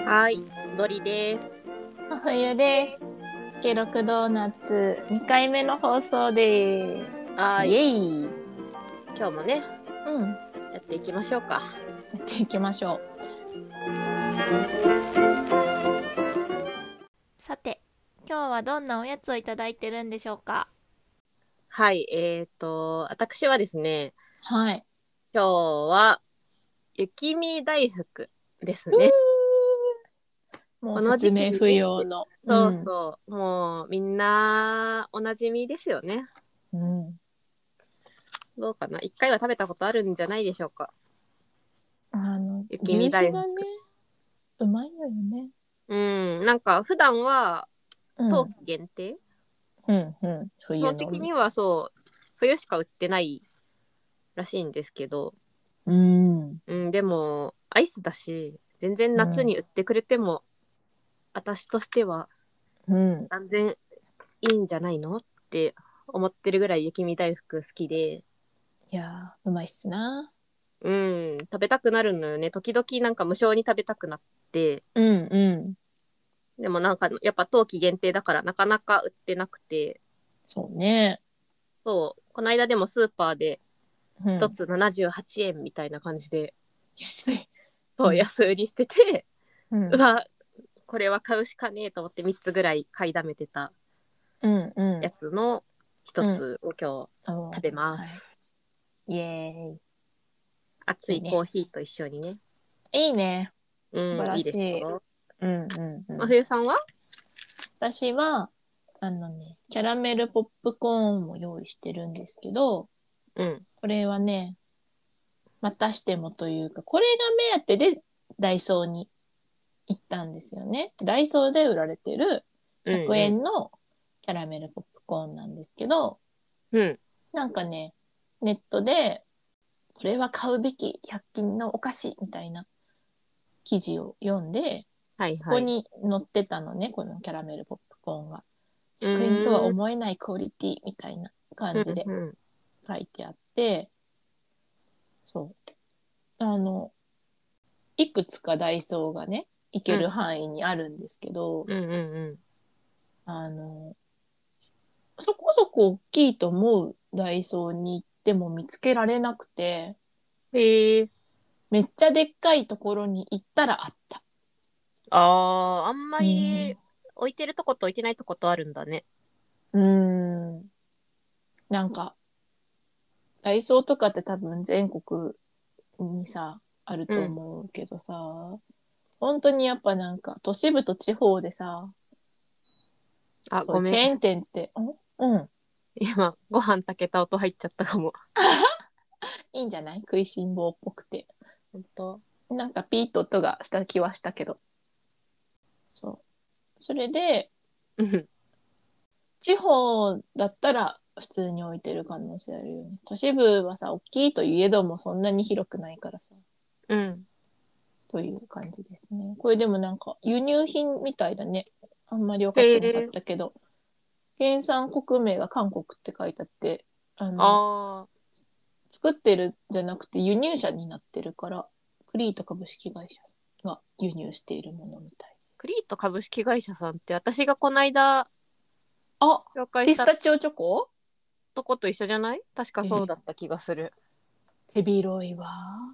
はい、ドリです。 冬です。スケロクドーナツ2回目の放送です。 はい、 イエイ。 今日もね、 うん、 やっていきましょうか。 やっていきましょう。さて、今日はどんなおやつをいただいてるんでしょうか。 はい、私はですね、 はい。 今日は雪見大福ですうね。 ー、もうこの時期説明不にね、 要の。 そうそう、もうみんなおなじみですよね。 うん。 どうかな、一回は食べたことあるんじゃないでしょうか。雪見求肥がね、 大福。 うまいのよね。 うん、なんか普段はうん、 冬季限定。 うん、うん。 基冬のみ。 本的にはそう、冬しか売ってないらしいんですけど、 うん、 うん、でも、アイスだし、全然うん、 夏に売ってくれても、私としてはうん。 断然いいんじゃないのって思ってるぐらい雪見大福好きで、 いやー、うまいっすな。 うん、食べたくなるのよね。時々なんか無性に食べたくなって、 うん、うん。 でもなんかやっぱ冬季限定だからなかなか売ってなくて、 そうね。 そう、この間でもスーパーで一うん。 つ78円みたいな感じで、 安い。 そう、 うん、 安売りしてて、 うん。 うわ、これは買うしかねえと思って3つぐらい買いだめてたうんうやつの一んうん。 つを今日食べまはい。 す。 イエーイ。 熱いコーいいね。 ヒーと一緒にね。 いいね。素晴うん、いいでらしい。 すよ。 うんうんう真ん。 冬さんは？ 私は、キャラメルポップコーンも用意してるんですけど、 うん。 これはね、またしてもというか、これが目当てでダイソーに行ったんですよね。ダイソーで売られてる100 うんうん。 円のキャラメルポップコーンなんですけど、 うん。 なんかね、ネットで、これは買うべき100均のお菓子みたいな記事を読んで、そこはいはい。 に載ってたのね、このキャラメルポップコーンが。 う 100円とはーん。 思えないクオリティみたいなうん感じでうん。 書いてあって、そう。いくつかダイソーがね、行けるうん範囲にあるんですけど、 うんうんあの、そこそこ大きいと思うダイソーに行っても見つけられなくて、 うん。へえ。 めっちゃでっかいところに行ったらあった。 あんまうりん。 置いてるとこと置いてないとことあるんだね。 うん。なんか、ダイソーとかって多分全国にさ、あるとうん。 思うけどさ、本当にやっぱなんか都市部と地方でさ、 あ、ごめん。 そういうチェーン店って、うん、 今、ご飯炊けた音入っちゃったかも。 いいんじゃない食いしん坊っぽくて。 ほんと？ なんかピーッと音がした気はしたけど。そう。それで、 うん。 地方だったら普通に置いてる可能性あるよね。都市部はさ、大きいといえどもそんなに広くないからさ、 うん。 という感じですね。これでもなんか輸入品みたいだね。あんまり分かってなかっへえ。 たけど、原産国名が韓国って書いてあって、 ああ。 作ってるじゃなくて輸入者になってるから、クリート株式会社が輸入しているものみたい。 クリート株式会社さんって私がこの間あ、 紹介したピスタチオチョコ。 とこと一緒じゃない？確かそうだった気がする。 手広いわ。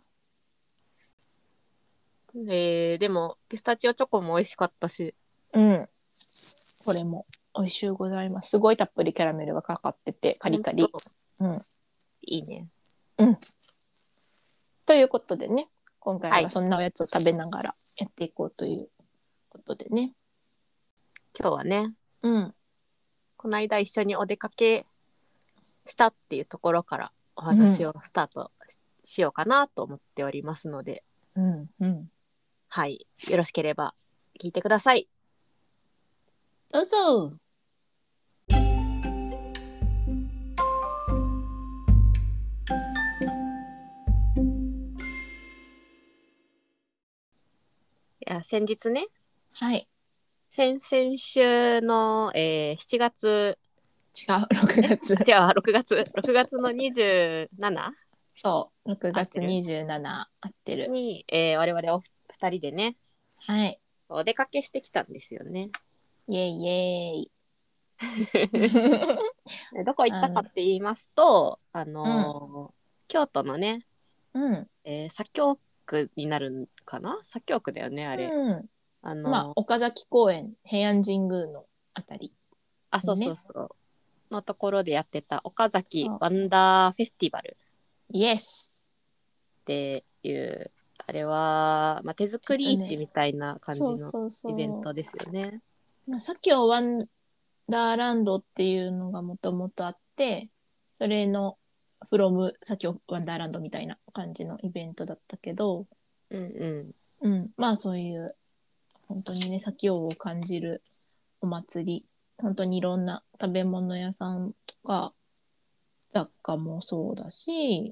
でも、ピスタチオチョコも美味しかったし。 うん。これも美味しゅうございます。すごいたっぷりキャラメルがかかってて、カほんと、 リカリ。うん。 いいね。 うん。ということでね、今回はい。 はそんなおやつを食べながらやっていこうということでね。 今日はね、 うん。 この間一緒にお出かけしたっていうところからおうん。 話をスタートしようかなと思っておりますので、 うん。うん。 はい。よろしければ聞いてください。 どうぞ。 いや、先日ね、 はい。 先々週の、7月、 違う、6月。 違う、6月の 27? そう、6月合ってる 27合ってる。 に、我々お二人でね、 はい。 お出かけしてきたんですよね。 イエイイエイ。 でどこ行ったかって言いますと、 うん、 京都のね、 うん、 左京区になるんかな、左京区だよね、あれ。 うん。 あまあ、 の岡崎公園、平安神宮のあたりそうそうにね。 そう。のところでやってた岡崎そワンダーフェスティバルう。イエス。 っていう、あれは、まあ、手作り市みたいな感じのそうイベンそトですよね。 う。まあ、左京ワンダーランドっていうのがもともとあって、それのフロム左京ワンダーランドみたいな感じのイベントだったけど、 うんうん。 うん、まあそういう本当にね、左京を感じるお祭り、本当にいろんな食べ物屋さんとか雑貨もそうだし、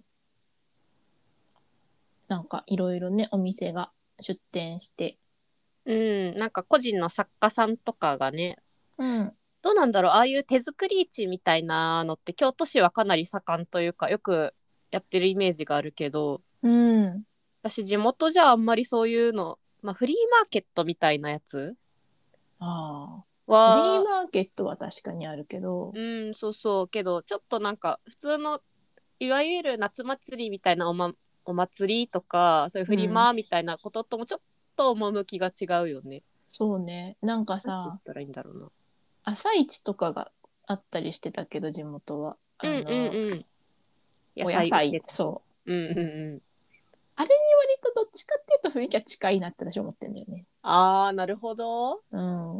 なんかいろいろね、お店が出店して、 うん、なんか個人の作家さんとかがね、 うん、 どうなんだろう、ああいう手作り市みたいなのって京都市はかなり盛んというか、よくやってるイメージがあるけど、 うん、 私地元じゃあんまりそういうの、まあフリーマーケットみたいなやつああ、フリーは、 マーケットは確かにあるけど、 うん、そうそう、けど、ちょっとなんか普通のいわゆる夏祭りみたいなお祭りとか、そういうフリうん、 マみたいなことともちょっと趣が違うよね。 そうね、なんかなんて言っさ、 たらいいんだろうな。 朝市とかがあったりしてたけど、地元は。 うんうんうん。野お野菜、 菜売ってた。 そう。 うんうんうん。 あれに割とどっちかっていうと雰囲気は近いなって私は思ってんだよね。 ああ、なるほど。 うん。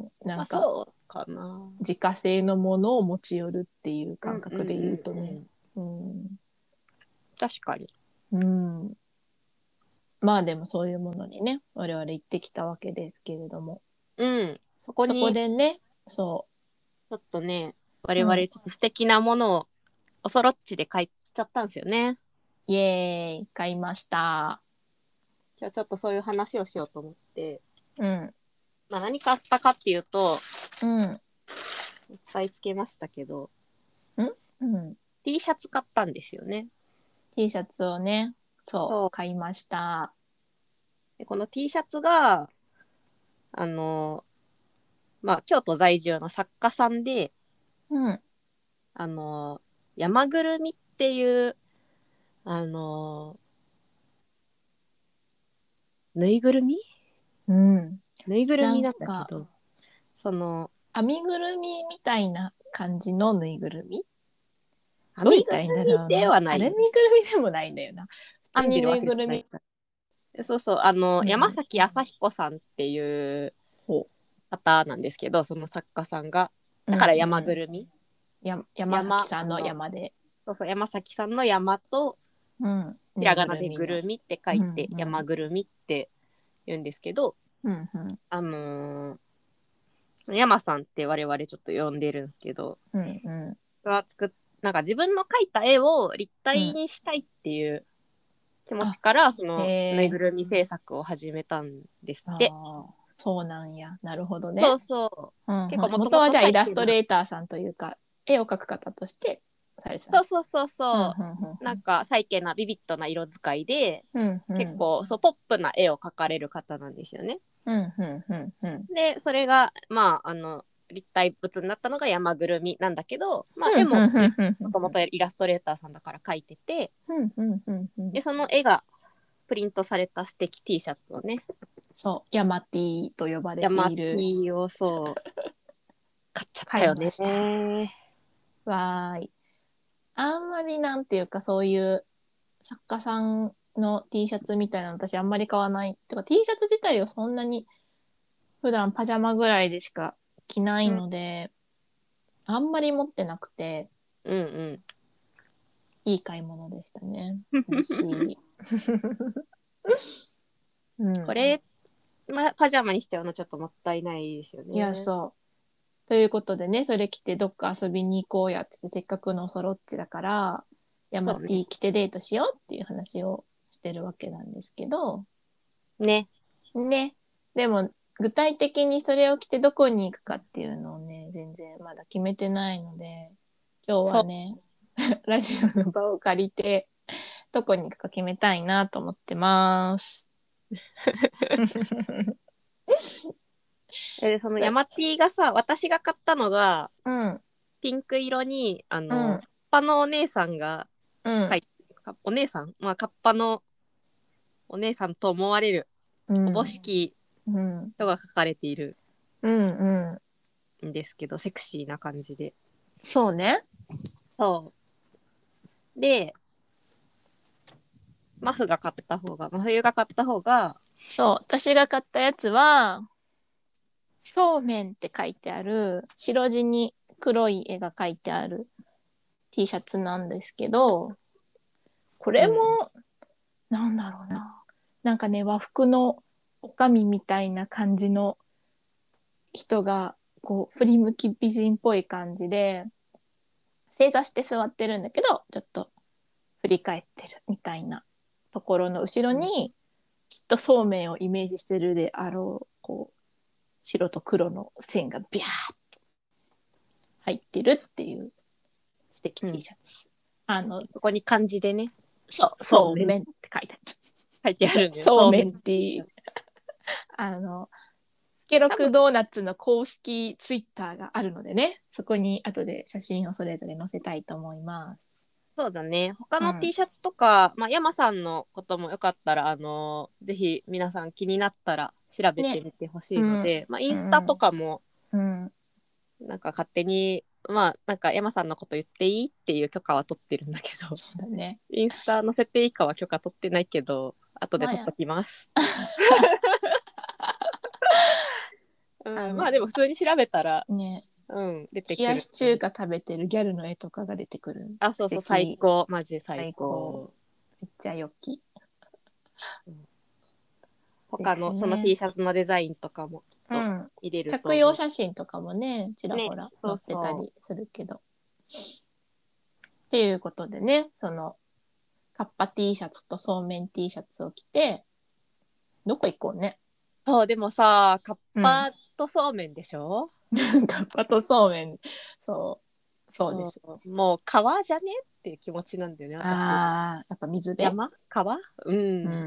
なまあんか、 そうかな。 自家製のものを持ち寄るっていううんうんう感覚で言うとね。 んうん。 うん。 確かに。 うん。まあでもそういうものにね、我々行ってきたわけですけれども。 うん。そこそこに、 でね、そちょっとね、我う。うん。 々ちょっと素敵なものをおそろっちで買っちゃったんですよね。 イエーイ、買いました。 今日ちょっとそういう話をしようと思って。 うん。 まあ何買ったかっていうと、 うん。 いっぱいつけましたけど、 うん。 T シャツ買ったんですよね。 T シャツをね、そう、 そう。 買いました。 でこの T シャツが、あの、まあ、京都在住の作家さんで、 うん。 あの、山ぐるみっていう、あの、ぬいぐるみうん。 ぬいぐるなんみなんだけか、 ど、その、 編みぐるみみたいな感じのぬいぐるみ編みぐるどう言ったらいいんだろうみでな。あれ、 はない。 ぬいぐるみでもないんだよな。普通にぬ編んでるわいぐるみ。 けじゃないから。そうそう、山何崎朝彦さんっていうほ方なんですけど、その作家さんが。 う。うだから山んうん。 ぐるみ。 山崎さんの山で。 そうそう、山崎さんの山と、 うん。ぬいぐひらがなでるみの。 ぐるみって書ういて、 んうん。 山ぐるみって言うんですけど、 うんうん。 あの山さんって我々ちょっと呼んでるんですけど、 うんうが作っなんか自分の描いた絵を立ん。う体ん。 にしたいっていう気持ちあ、 からそへのぬいぐえ。 るみ制作を始めたんですって。 ああ、そうなんや。なるほどね。 そうそう。 うんうん。 結構もともと元はじゃあイ最近な。 ラストレーターさんというか、絵を描く方としてされてたの。 そうそうそううんうそんう。なんか最近なビビッドな色使いで、 うんうん。 結構そうポップな絵を描かれる方なんですよね。 うんうんうんうん。 で、それが、まあ、立体物になったのが山ぐるみなんだけど、まあ、 うんうん絵もね、 うんうんもともとイラストレーターさんだから描いてて、 うんうんうんうん。 で、その絵がプリントされた素敵 T シャツをね、 そう、ヤマティと呼ばれて山いる、 T をそう、買っちゃった買いよね。 ました。わーい。あんまりなんていうかそういう作家さんの T シャツみたいなの私あんまり買わない。てか T シャツ自体をそんなに普段パジャマぐらいでしか着ないうん、 ので、あんまり持ってなくて、 うん、うん。 いい買い物でしたね。嬉しい。うん。 これ、まあ、パジャマにしてはちょっともったいないですよいや、 ね。 そう。ということでね、それ着てどっか遊びに行こうやってせっかくのおそろっちだから、ヤマそうね。 ティ着てデートしようっていう話をしてるわけなんですけど、 ね。 ね。でも、具体的にそれを着てどこに行くかっていうのをね、全然まだ決めてないので、今日そう。 はね、ラジオの場を借りて、どこに行くか決めたいなと思ってます。 そのヤマティがさ、私が買ったのがうん。 ピンク色にうん。 カッパのお姉さんがうん。 書いて、お姉さん、まあカッパのお姉さんと思われるおぼうん。 しきうん。 人が書かれているうん。うん。 んですけど、セクシーな感じで。 そうね。 そうで、真冬が買った方が、 そう。私が買ったやつは、そうめんって書いてある、白地に黒い絵が描いてある T シャツなんですけど、これも、 うん、 なんだろうな。なんかね、和服のおかみみたいな感じの人が、こう、振り向き美人っぽい感じで、正座して座ってるんだけど、ちょっと振り返ってるみたいなところの後ろに、きっとそうめんをイメージしてるであろう、こう、白と黒の線がビャーッ入ってるっていう素敵う T ん、 シャツ。あの、 そこに漢字でね、 そう、 そうめんそうめんって書いてある。 書いてあるんだよ。 そうめんそうめん。 っていう、スケロ多分、 クドーナツの公式ツイッターがあるのでね、そこに後で写真をそれぞれ載せたいと思います。 そうだね。他のうん。 T シャツとか、まあ、山さんのこともよかったら、ぜひ皆さん気になったら調べてね。 みてほしうん。 いので、まあ、イうンスタとん。 かも、 うん。 なんか勝手に、まあ、なんか山さんのこと言っていいっていう許可は取ってるんだけど、 そうだね。 インスタ載せていいかは許可取ってないけど、後でまあや、 取っときます。うん、まあの、 あでも普通に調べたら、 ね、 うん、出て冷やくる。 し中華食べてるギャルの絵とかが出てくる。 あ、そ素うそう、最敵。 高。マジ最最高。 高。 めっちゃ良き。 うんで他のそのすね。 T シャツのデザインとかもきっとうん。 見れると思着用写真とかもね、ちう。ね、 らほらそう載ってたそりするけど。っていうことでね、カッパ T シャツとそうめん T シャツを着て、どこ行こうね。 う。そう、でもさ、カッうん。 パとそうめんでしょ？ カッパとそうめん。そう、そうです。 もう川じゃねっていう気持ちなんだよね、私。 あー、やっぱ水辺。 川うん。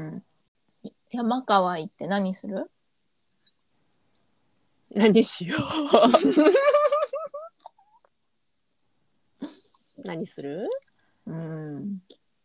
うん。山川行って何する？ 何しよう。何する？ うん。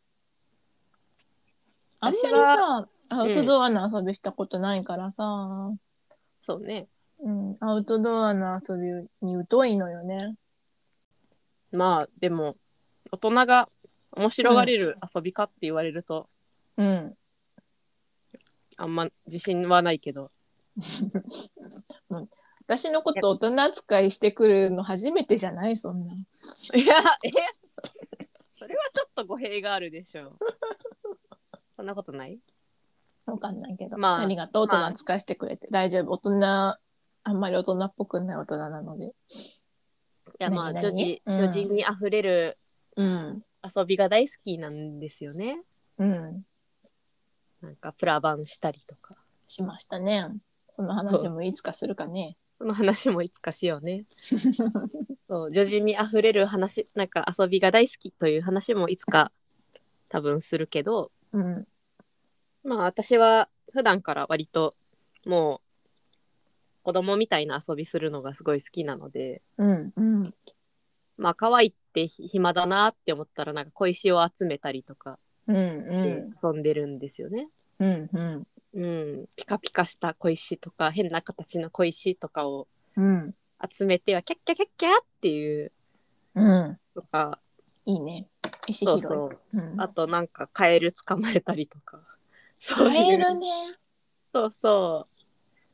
あんまり私は、 さ、アウトうん、 ドアの遊びしたことないからさ、 そうね。 うん、アウトドアの遊びに疎いのよね。 まあ、でも、大人が面うん、 白がれる遊びかって言われると、 うん。 あんま自信はないけど。 うん、私のこいや、 と大人扱いしてくるの初めてじゃないそんな。 いやそれはちょっと語弊があるでしょう。そんなことない？ わかんないけど。あまあ、 りがとう。大人まあ、 扱いしてくれて。大丈夫。あんまり大人っぽくない大人なので。 いやまあ、女児うん。 にあふれるうん。 遊びが大好きなんですよね。 うん。 なんかプラバンしたりとか。 しましたね。この話そうもいつかするかね。 その話もいつかしようね。そう、女児にあふれる話、なんか遊びが大好きという話もいつか多分するけど、 うん。 まあ私は普段から割ともう子供みたいな遊びするのがすごい好きなので、 うん。うん。 まあ可愛いって暇だなって思ったらなんか小石を集めたりとかうん。 でうん。 遊んでるんですよね。 うん。うん。 うん、ピカピカした小石とか変な形の小石とかをうん。 集めてはキャッキャキャッキャっていううん。 とか、 いいね。石拾い。 そうそう。 うん。 あとなんかカエル捕まえたりとか、そうカエいう、 ルね。 そうそう。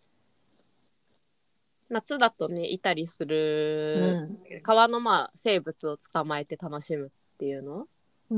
夏だとね、いたりする、 うん。 川のまあ生物を捕まえて楽しむっていうの、 うん。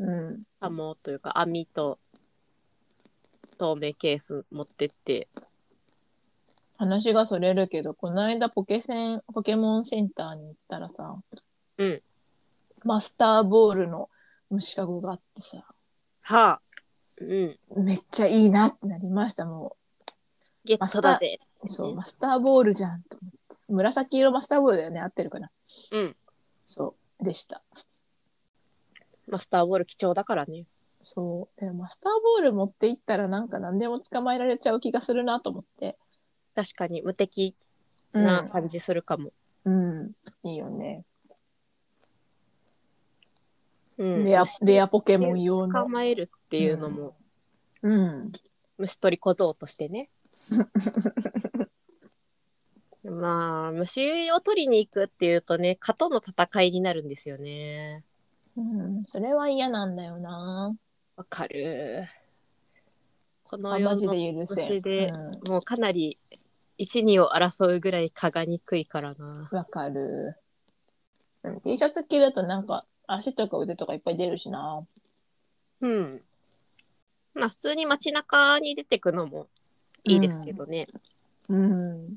うん。 ハモというか網と透明ケース持ってって、 話がそれるけど、この間ポケモンセンターに行ったらさ、 うん。 マスターボールの虫かごがあってさ、 はあ、うん。 めっちゃいいなってなりました。もゲッう、 トだぜ。 そう、 ね。 マスターボールじゃんと思って。紫色マスターボールだよね。合ってるかな。 うん。 そう、でした。 マスターボール貴重だからね。 そう。で、マスターボール持って行ったらなんか何でも捕まえられちゃう気がするなと思って。 確かに無敵な感じするかも。 うん、いいよね。 うん、 レアポケモン用の。 捕まえるっていうのも、 うん。 虫取り小僧としてね。まあ、虫を取りに行くっていうとね、蚊との戦いになるんですよね。 うん、それは嫌なんだよな。 わかる。このマ世のジで許せん。 虫で、もうかなり一二を争うぐらい蚊がにくいからな。 わかる。T シャツ着るとなんか足とか腕とかいっぱい出るしな。 うん。まあ普通に街中に出てくのもいいですけどね。 うん。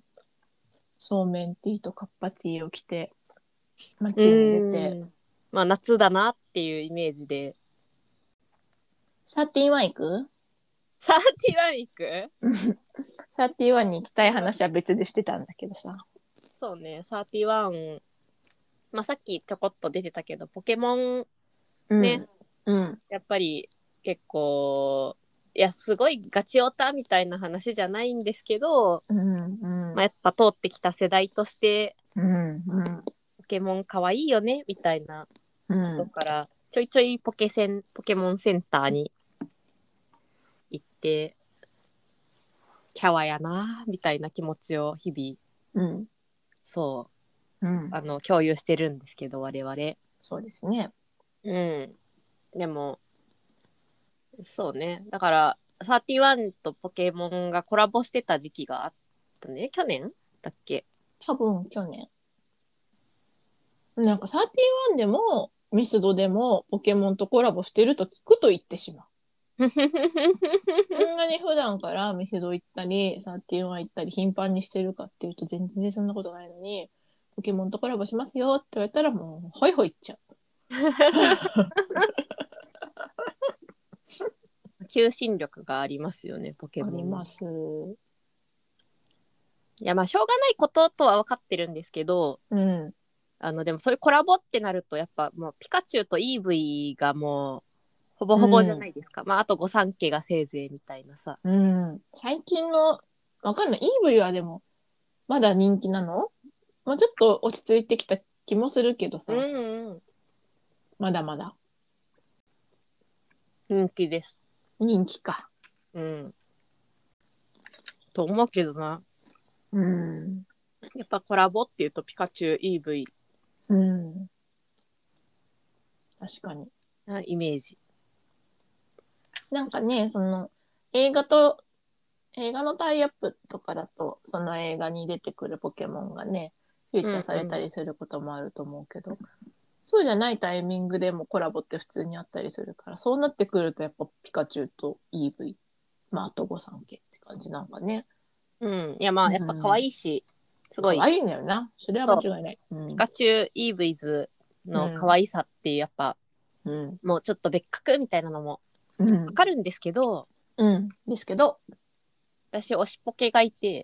そうめん T とカッパ T を着て街に出て。 まあ夏だなっていうイメージで。 31行く 31行く ？31に行きたい話は別でしてたんだけどさ。 そうね、31。まあさっきちょこっと出てたけど、ポケモンね、やっぱり結構、いや、すごいガチオタみたいな話じゃないんですけど、まあ、やっぱ通ってきた世代として、ポケモンかわいいよねみたいなことから、ちょいちょいポケモンセンターに行って、キャワやなみたいな気持ちを日々、そう、共有してるんですけど、我々。 そうですね。 でも、そうね。だから、31とポケモンがコラボしてた時期があったね。去年だっけ？ 多分去年。なんか31でもミスドでもポケモンとコラボしてると聞くと言ってしまう。そんなに普段からミスド行ったり、31行ったり頻繁にしてるかっていうと全然そんなことないのに、ポケモンとコラボしますよって言われたらもうホイホイ行っちゃう。 求心力がありますよね、ポケモン。 あります。 いや、まあ、しょうがないこととは分かってるんですけど、でもそういうコラボってなると、やっぱもうピカチュウとイーブイがもう、ほぼほぼじゃないですか。まあ、あと御三家がせいぜいみたいなさ。 最近の、わかんない。イーブイはでも、まだ人気なの？もうちょっと落ち着いてきた気もするけどさ。まだまだ。 人気です。 人気か。 と思うけどな。やっぱコラボっていうとピカチュウ、イーブイ。 確かに。 なイメージ。 なんかね、映画のタイアップとかだと、その映画に出てくるポケモンがね、フィーチャーされたりすることもあると思うけど、そうじゃないタイミングでもコラボって普通にあったりするから、そうなってくるとやっぱピカチュウと EV、まああと御三家って感じなんかね。 いやまあやっぱ可愛いし、すごい。 可愛いんだよな。それは間違いない。 ピカチュウ、イーブイズの可愛さってやっぱ、もうちょっと別格みたいなのもわかるんですけど、 ですけど、 私推しポケがいて、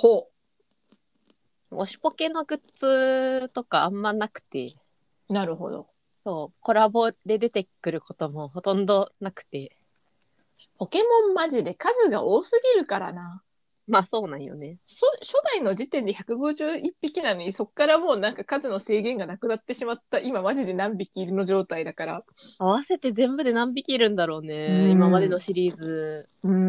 推しポケのグッズとかあんまなくて。 なるほど。 そう、コラボで出てくることもほとんどなくて。 ポケモンマジで数が多すぎるからな。 まあそうなんよね。 初代の時点で151匹なのに、そっからもうなんか数の制限がなくなってしまった。今マジで何匹いるの状態だから。 合わせて全部で何匹いるんだろうね。今までのシリーズ。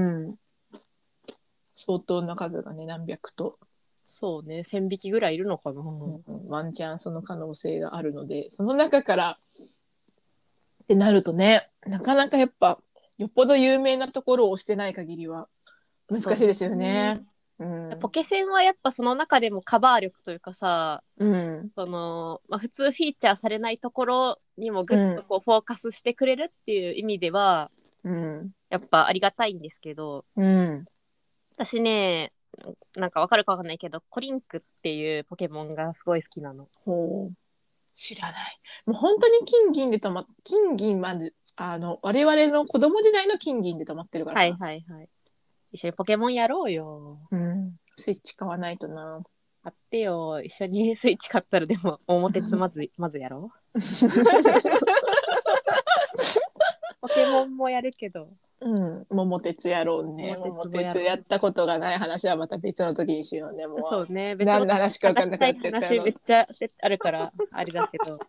相当な数がね、何百と。 そうね、1000匹ぐらいいるのかな。 ワンチャンその可能性があるので、その中からってなるとね、なかなかやっぱ、よっぽど有名なところを押してない限りは難しいですよね。 ポケセンはやっぱその中でもカバー力というかさ、普通フィーチャーされないところにもグッとこうフォーカスしてくれるっていう意味では、やっぱありがたいんですけど、私ね、なんかわかるかわかんないけど、コリンクっていうポケモンがすごい好きなの。 知らない。もう本当に金銀まで、我々の子供時代の金銀で止まってるから。 一緒にポケモンやろうよ。 スイッチ買わないとな。 買ってよ。一緒にスイッチ買ったらでも、桃鉄まずやろう。ポケモ本もやるけど。 桃鉄やろうね。桃鉄やったことがない話はまた別の時にしようね。もう。 そうね。 別の何の話か分かんなくなってるから。 話めっちゃあるから、あれだけど。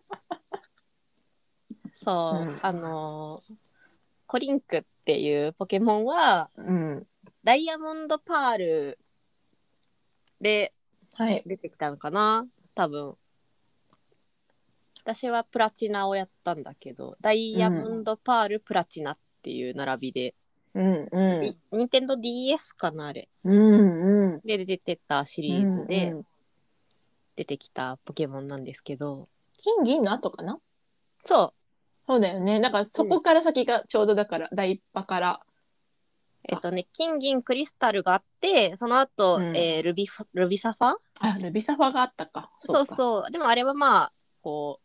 そう、コリンクっていうポケモンは、ダイヤモンドパールで出てきたのかな、多分。私はプラチナをやったんだけど、ダイヤモンドパールプラチナっていう並びで、ニンテンドー DS かなあれ、で出てたシリーズで出てきたポケモンなんですけど、 金銀の後かな。 そうだよね。だからそこから先がちょうどだから、第一波から。 金銀クリスタルがあって、その後、ルビサファルビサファがあったか。 そうそう。でもあれはまあ、こ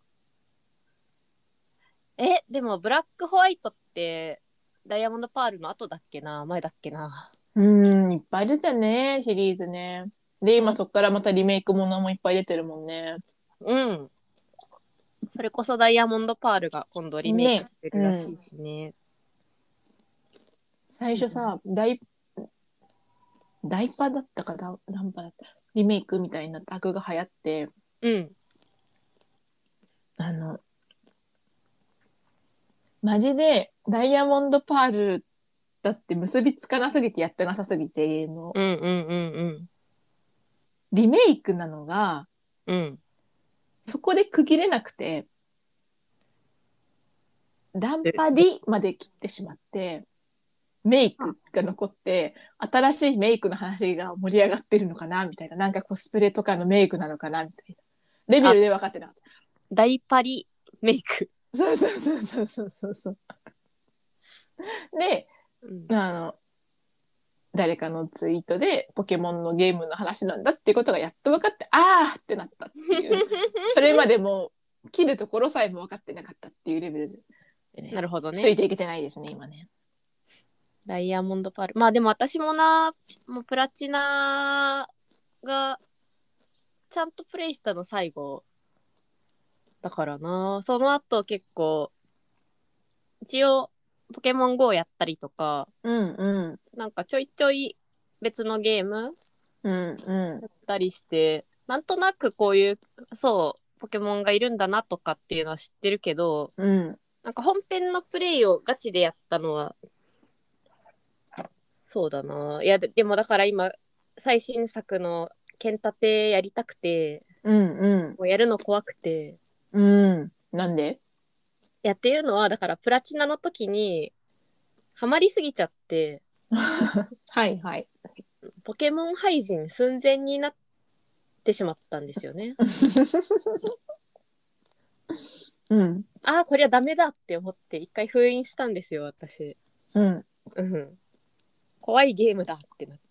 う、でもブラックホワイトってダイヤモンドパールの後だっけな、前だっけな。 いっぱい出たね、シリーズね。で、今そっからまたリメイクものもいっぱい出てるもんね。 それこそダイヤモンドパールが今度リメイクしてるらしいしね。 最初さ、ダイパだったかダンパだった。リメイクみたいなタグが流行って、マジでダイヤモンドパールだって結びつかなすぎてやってなさすぎての、リメイクなのが、そこで区切れなくて、ダンパリまで切ってしまって、メイクが残って、新しいメイクの話が盛り上がってるのかなみたいな。なんかコスプレとかのメイクなのかなみたいな。レベルで分かってなかった。 ダイパリメイク。 そう。で、誰かのツイートでポケモンのゲームの話なんだっていうことがやっと分かって、あーってなったっていう。それまでも切るところさえも分かってなかったっていうレベルでね。 なるほどね。 ついていけてないですね、今ね。 ダイヤモンドパール。まあでも私ももうプラチナがちゃんとプレイしたの最後だからな。その後結構、一応ポケモン GO やったりとか、なんかちょいちょい別のゲームやったりして、なんとなくこういう、ポケモンがいるんだなとかっていうのは知ってるけど、なんか本編のプレイをガチでやったのは、そうだな。いや、でもだから今、最新作の剣立てやりたくて、もうやるの怖くて。 なんで？ いや、っていうのは、だからプラチナの時に、ハマりすぎちゃって、 はい。 ポケモン廃人寸前になってしまったんですよね。これはダメだって思って一回封印したんですよ、私。怖いゲームだってなって。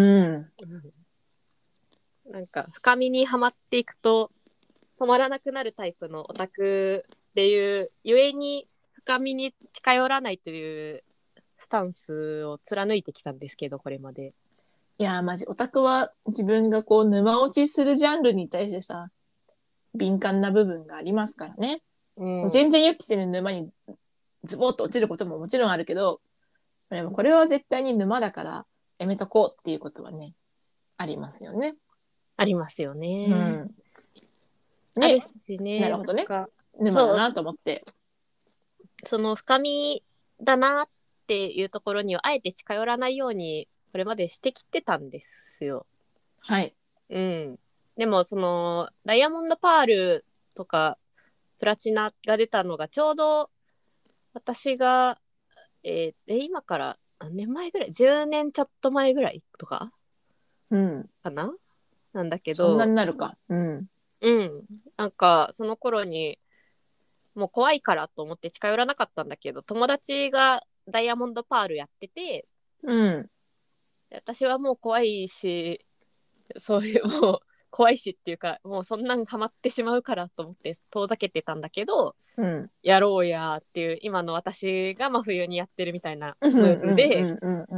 なんか深みにはまっていくと止まらなくなるタイプのオタクっていうゆえに深みに近寄らないというスタンスを貫いてきたんですけど、これまで。 いやー、マジオタクは自分がこう沼落ちするジャンルに対してさ、敏感な部分がありますからね。全然予期せぬ沼にズボッと落ちることももちろんあるけど、でもこれは絶対に沼だからやめとこうっていうことはね、ありますよね。 ありますよね。 あるしね。なるほどね。沼だなと思って。 その深みだなっていうところにはあえて近寄らないようにこれまでしてきてたんですよ。 はい。 でもそのダイヤモンドパールとかプラチナが出たのがちょうど私が今から何年前ぐらい10年ちょっと前ぐらいとか、かななんだけど、 そんなになるか。 なんかその頃にもう怖いからと思って近寄らなかったんだけど、友達がダイヤモンドパールやってて、私はもう怖いし、そういうもう怖いしっていうか、もうそんなんハマってしまうからと思って遠ざけてたんだけど、やろうやっていう今の私が真冬にやってるみたいなムーブで、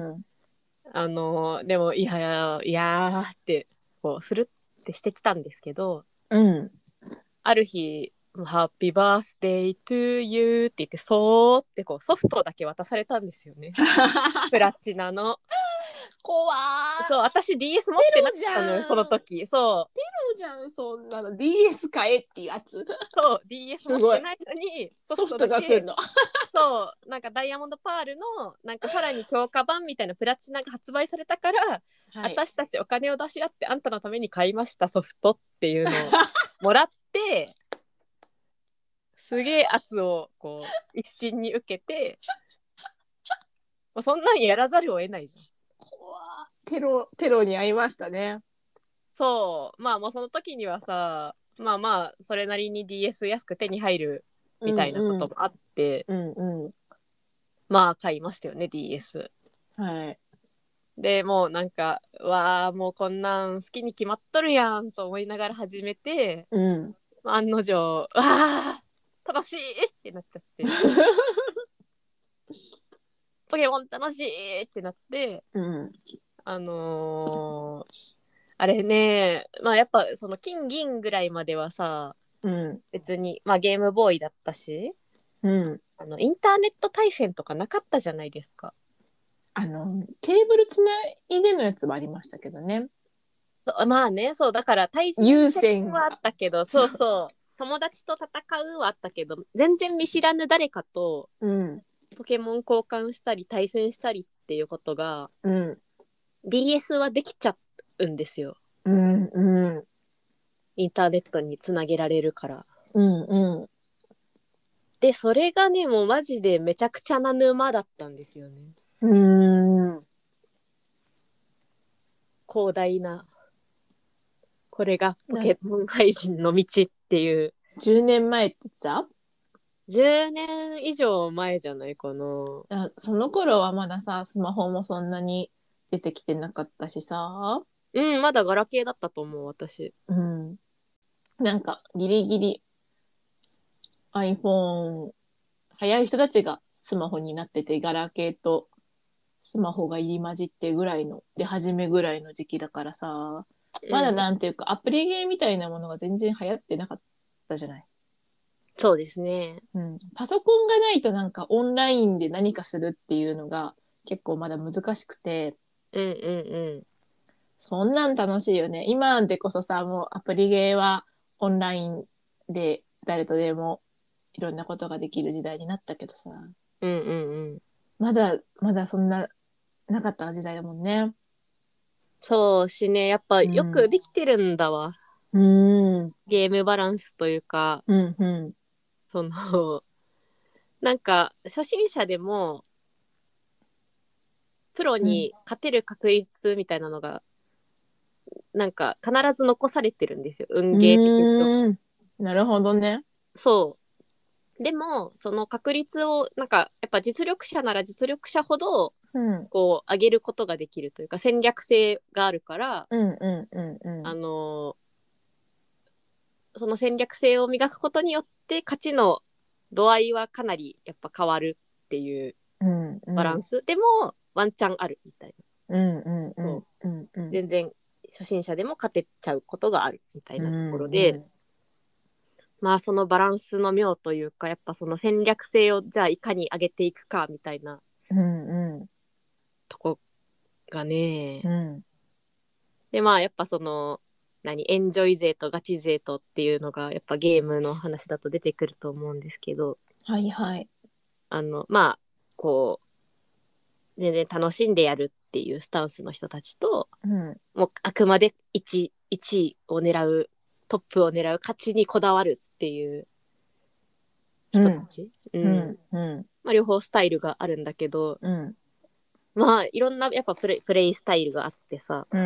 でもいやってこうするってしてきたんですけど、ある日ハッピーバースデートゥーユーって言って、そうってこうソフトだけ渡されたんですよね。プラチナの。 怖そう、私 DS 持テってなかロじゃん。 ったのよ、その時。そう。 テロじゃん、そんなの。DS 買えってやつ。 そう、DS 持ってないのに、ソフソフトだけ、 トが来るの。 そう、なんかダイヤモンドパールの、なんかさらに強化版みたいなプラチナが発売されたから、 はい。 私たちお金を出し合ってあんたのために買いましたソフトっていうのをもらって、すげえ圧をこう一心に受けて、もうそんなんやらざるを得ないじゃん。 怖テロに遭いましたね。 そう、まあもうその時にはさ、まあまあそれなりに DS 安く手に入るみたいなこともあって、 うんうん。 まあ買いましたよね DS。 はい。 でもうなんかわあもうこんなん好きに決まっとるやんと思いながら始めて、 うん。 案の定わあ楽しいってなっちゃって、ポケモン楽しいってなって、 うん。 あのーあれね、まあやっぱその金銀ぐらいまではさ、 うん。 別にまあゲームボーイだったし、 うん。 インターネット対戦とかなかったじゃないですか。 ケーブルつないでのやつもありましたけどね。 まあね、そうだから対人有戦線が。 はあったけど、そうそう友達と戦うはあったけど、全然見知らぬ誰かとうん。 ポケモン交換したり対戦したりっていうことがうん。 DS はできちゃうんですよ。 うん。うん。 インターネットにつなげられるから。 うん。うん。 で、それがね、もうマジでめちゃくちゃな沼だったんですよね。 うん。 広大な。これがポケモン配信の道っていう。 10年前って言ってた？ 10年以上前じゃないかな。 その頃はまださ、スマホもそんなに出てきてなかったしさ。 うん、まだガラケーだったと思う、私。 うん。なんか、ギリギリ iPhone、早い人たちがスマホになってて、ガラケーとスマホが入り混じってぐらいの、出始めぐらいの時期だからさ、まだうん、 なんていうか、アプリゲーみたいなものが全然流行ってなかったじゃない。 そうですね。 うん。パソコンがないとなんかオンラインで何かするっていうのが結構まだ難しくて、 うんうんうん。 そんなん楽しいよね。今でこそさ、もうアプリゲーはオンラインで誰とでもいろんなことができる時代になったけどさ、 うんうんうん。 まだそんななかった時代だもんね。 そうしね、やっぱようん。 くできてるんだわ。 うん。 ゲームバランスというか、 うん。うん。 その、なんか、初心者でも、プロうん。 に勝てる確率みたいなのが、なんか、必ず残されてるんですよ。運ゲー的な。 うーん。なるほどね。 そう。でも、その確率を、なんか、やっぱ実力者なら実力者ほど、 うん。 こう、上げることができるというか、戦略性があるから、 うんうんうんうあん。 のその戦略性を磨くことによって勝ちの度合いはかなりやっぱ変わるっていううんうん。 バランスでもワンチャンあるみたいな。 うんうんうんそううんうん。 全然初心者でも勝てちゃうことがあるみたいうなところで、 んうん。 まあそのバランスの妙というかやっぱその戦略性をじゃあいかに上げていくかみたいなうんうん。 とこがね。 うん。 でまあやっぱそのエンジョイ勢とガチ勢とっていうのがやっぱゲームの話だと出てくると思うんですけど、 はいはい。 まあこ全然楽しんでやるっていうスタンスの人たちと、 うん。 もうあくまで1位を狙う、トップを狙う勝ちにこだわるっていううん。 人たち。うん。 うん。うん。 まあ、両方スタイルがあるんだけど、 うん。 まあ、いろんなやっぱプレイスタイルがあってさ。 うん。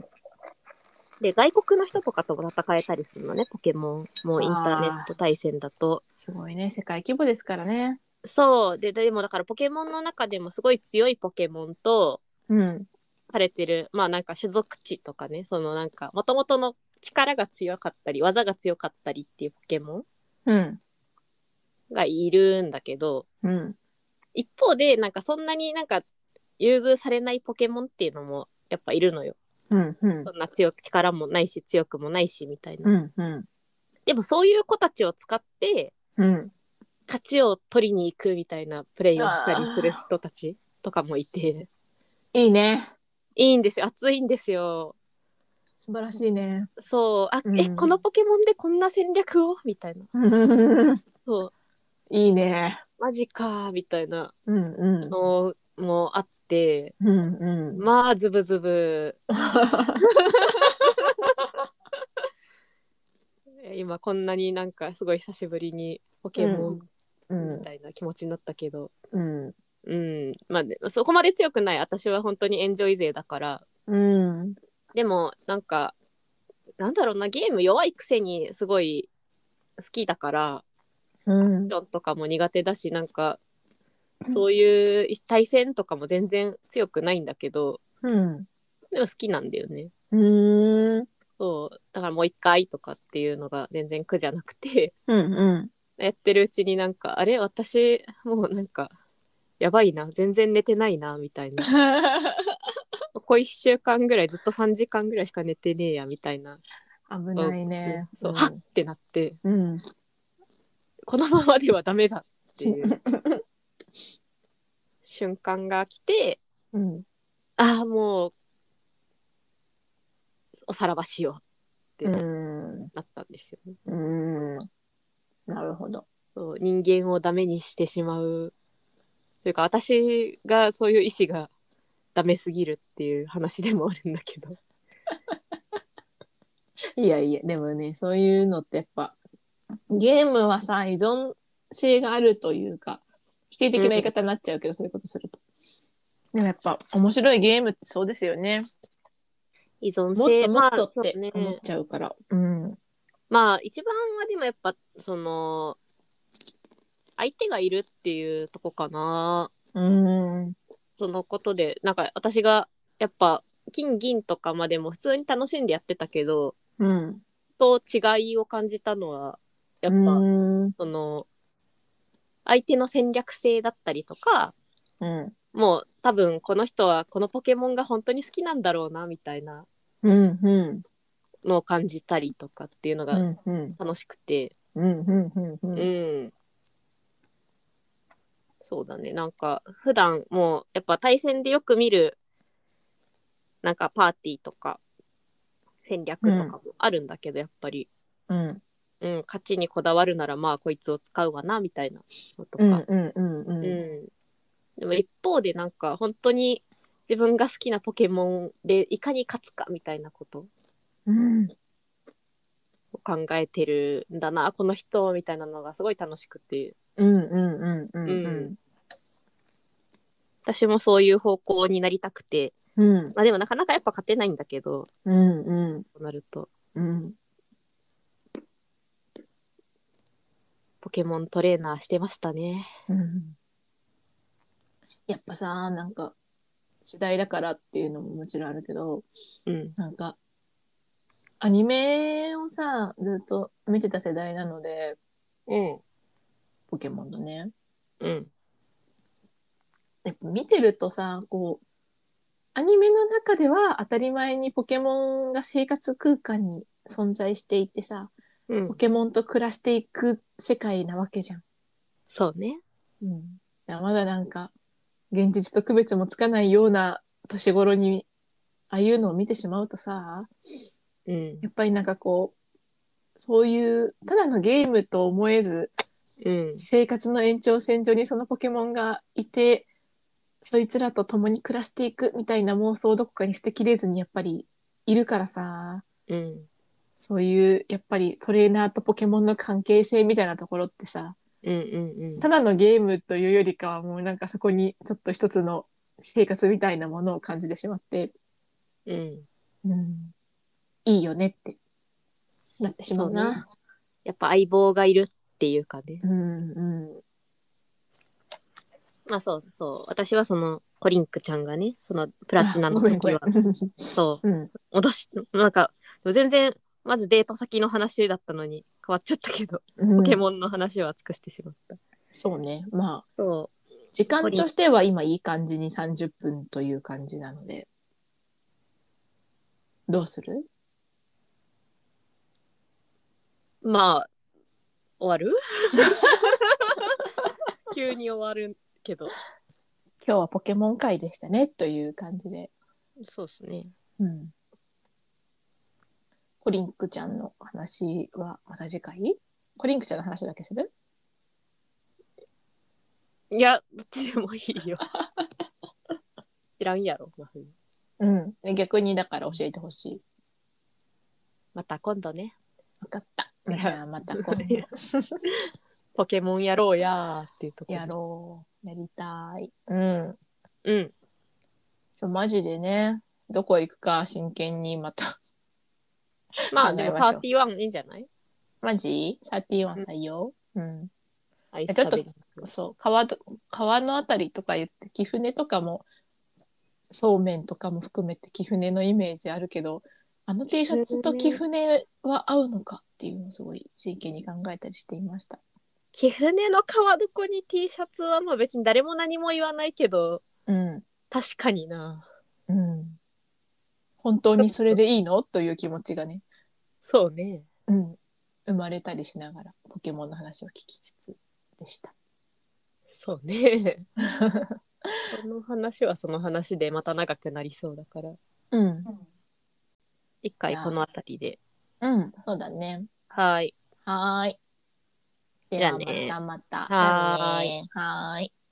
で、外国の人とかとも戦えたりするのね、ポケモン。もうインターネッああ、 ト対戦だと。 すごいね。世界規模ですからね。 そう。でもだからポケモンの中でもすごい強いポケモンと、 うん。 されてる、まあなんか種族値とかね、そのなんか元々の力が強かったり、技が強かったりっていうポケモンうん。 がいるんだけど、 うん。 一方でなんかそんなになんか優遇されないポケモンっていうのもやっぱいるのよ。 うん。うん。 そんな力もないし強くもないしみたいな。 うん。うん。 でもそういう子たちを使ってうん。 勝ちを取りに行くみたいなプレイをしたりするあ人たちとかもいて、 ーいいね。 いいんですよ、熱いんですよ。 素晴らしいね。 そう、こうん。 のポケモンでこんな戦略をみたいな。そう、 いいね。 マジかみたいなうんうん。 のもあって、 うんうん。 まあズブズブ今こんなになんかすごい久しぶりにポケモンうんうみんたいな気持ちになったけど、 うん。 うん、まあそこまで強くない私は本当にエンジョイ勢だから。 うん。 でもなんかなんだろうな、ゲーム弱いくせにすごい好きだから、 うん。 ションとかも苦手だし、なんかそういう対戦とかも全然強くないんだけど、 うん。 でも好きなんだよね。 うん。 そうだからもう一回とかっていうのが全然苦じゃなくて、 うんうん。 やってるうちになんかあれ私もうなんかやばいな、全然寝てないなみたいな、ここ1週間ぐらいずっと3時間ぐらいしか寝てねえやみたいな、 危ないね。 そうはっってなって、 うん。 このままではダメだっていう瞬間が来て、 うん。 ああもうおさらばしようっうてん。 なったんですよね。 うん。なるほど。 そう人間をダメにしてしまうというか、私がそういう意志がダメすぎるっていう話でもあるんだけど。 いやいや、でもね、そういうのってやっぱ、ゲームはさ、依存性があるというか、否定的な言いうん、 方になっちゃうけど、そういうことすると。でもやっぱ、面白いゲームってそうですよね。 依存もっと性、 もっまあとってそうね。 思っちゃうから。うん。 まあ一番はでもやっぱその相手がいるっていうとこかな。 うん。 そのことでなんか私がやっぱ金銀とかまでも普通に楽しんでやってたけど、 うん。 と違いを感じたのはやうっぱん。 その相手の戦略性だったりとか、 うん。 もう多分この人はこのポケモンが本当に好きなんだろうなみたいなうん。うん。 のを感じたりとかっていうのがうん。うん。 楽しくて、 うん。うん。ううん。 ん、そうだね。なんか普段もうやっぱ対戦でよく見るなんかパーティーとか戦略とかもあるんだけど、やっぱり、 うん。 うん、勝ちにこだわるならまあこいつを使うわなみたいなのとうん。 か、 うん。うん。 ううん。 ん。でも一方でなんか本当に自分が好きなポケモンでいかに勝つかみたいなことうん。 を考えてるんだなこの人みたいなのがすごい楽しくて、 うん。うん。うん。うん。ううん、 ん。 私もそういう方向になりたくて、 うん。 まあでもなかなかやっぱ勝てないんだけど、 うん。うん。 となるとうん。 ポケモントレーナーしてましたね。 うん。やっぱさ、なんか、世代だからっていうのももちろんあるけど、 うん。 なんか、アニメをさ、ずっと見てた世代なので、 うん。 ポケモンのね。 うん。 やっぱ見てるとさ、こう、アニメの中では当たり前にポケモンが生活空間に存在していてさ、 うん。 ポケモンと暮らしていく世界なわけじゃん。 そうね。 うん。だからまだなんか、現実と区別もつかないような年頃に、ああいうのを見てしまうとさ、 うん。 やっぱりなんかこう、そういう、ただのゲームと思えず、 うん。 生活の延長線上にそのポケモンがいて、そいつらと共に暮らしていくみたいな妄想をどこかに捨てきれずにやっぱりいるからさ、 うん。 そういうやっぱりトレーナーとポケモンの関係性みたいなところってさ、 うん。うん。 ただのゲームというよりかはもうなんかそこにちょっと一つの生活みたいなものを感じてしまって、 うん。 うん、いいよねってなってしまそうね。 うな。 やっぱ相棒がいるっていうかね。 うん、うん。 まあそうそう。私はそのコリンクちゃんがね、そのプラチあ、 ナのごめんごめん。 時は、そうん。 う、なんか、全然、まずデート先の話だったのに変わっちゃったけど、 うポケん。 モンの話は尽くしてしまった。 そうね。まあ、 そう、 時間コリン、 としては今いい感じに30分という感じなので、どうする？ まあ終わる急に終わるけど。 今日はポケモン回でしたねという感じで。 そうですね。 うん。コリンクちゃんの話はまた次回？コリンクちゃんの話だけする？ いや、どっちでもいいよ。知らんやろ。 うん。逆にだから教えてほしい。 また今度ね。 分かった。じゃあまた今度。 ポケモンやろうやーっていうところ。 やろう。やりたい。うん。 うん。 マジでね、どこ行くか真剣にまたまあでも考えましょう。 31いいんじゃない？ マジ ?31 採用、うん。 アイスちょっと、 食べに行く。 そう、川のあたりとか言って、貴船とかも、そうめんとかも含めて貴船のイメージあるけど、あの T シャツと貴船は合うのかっていうのをすごい真剣に考えたりしていました。 貴船の川床に T シャツはまあ別に誰も何も言わないけど、 うん。 確かにな。 うん。本当にそれでいいのという気持ちがね、 そうね。 うん。生まれたりしながら、ポケモンの話を聞きつつでした。 そうね。その話はその話でまた長くなりそうだから、 うん。 一回この辺りで。 うん、そうだね。 はい。 はーい。でじゃあはまね。 たまた。じゃあはーい。 ね。はーい。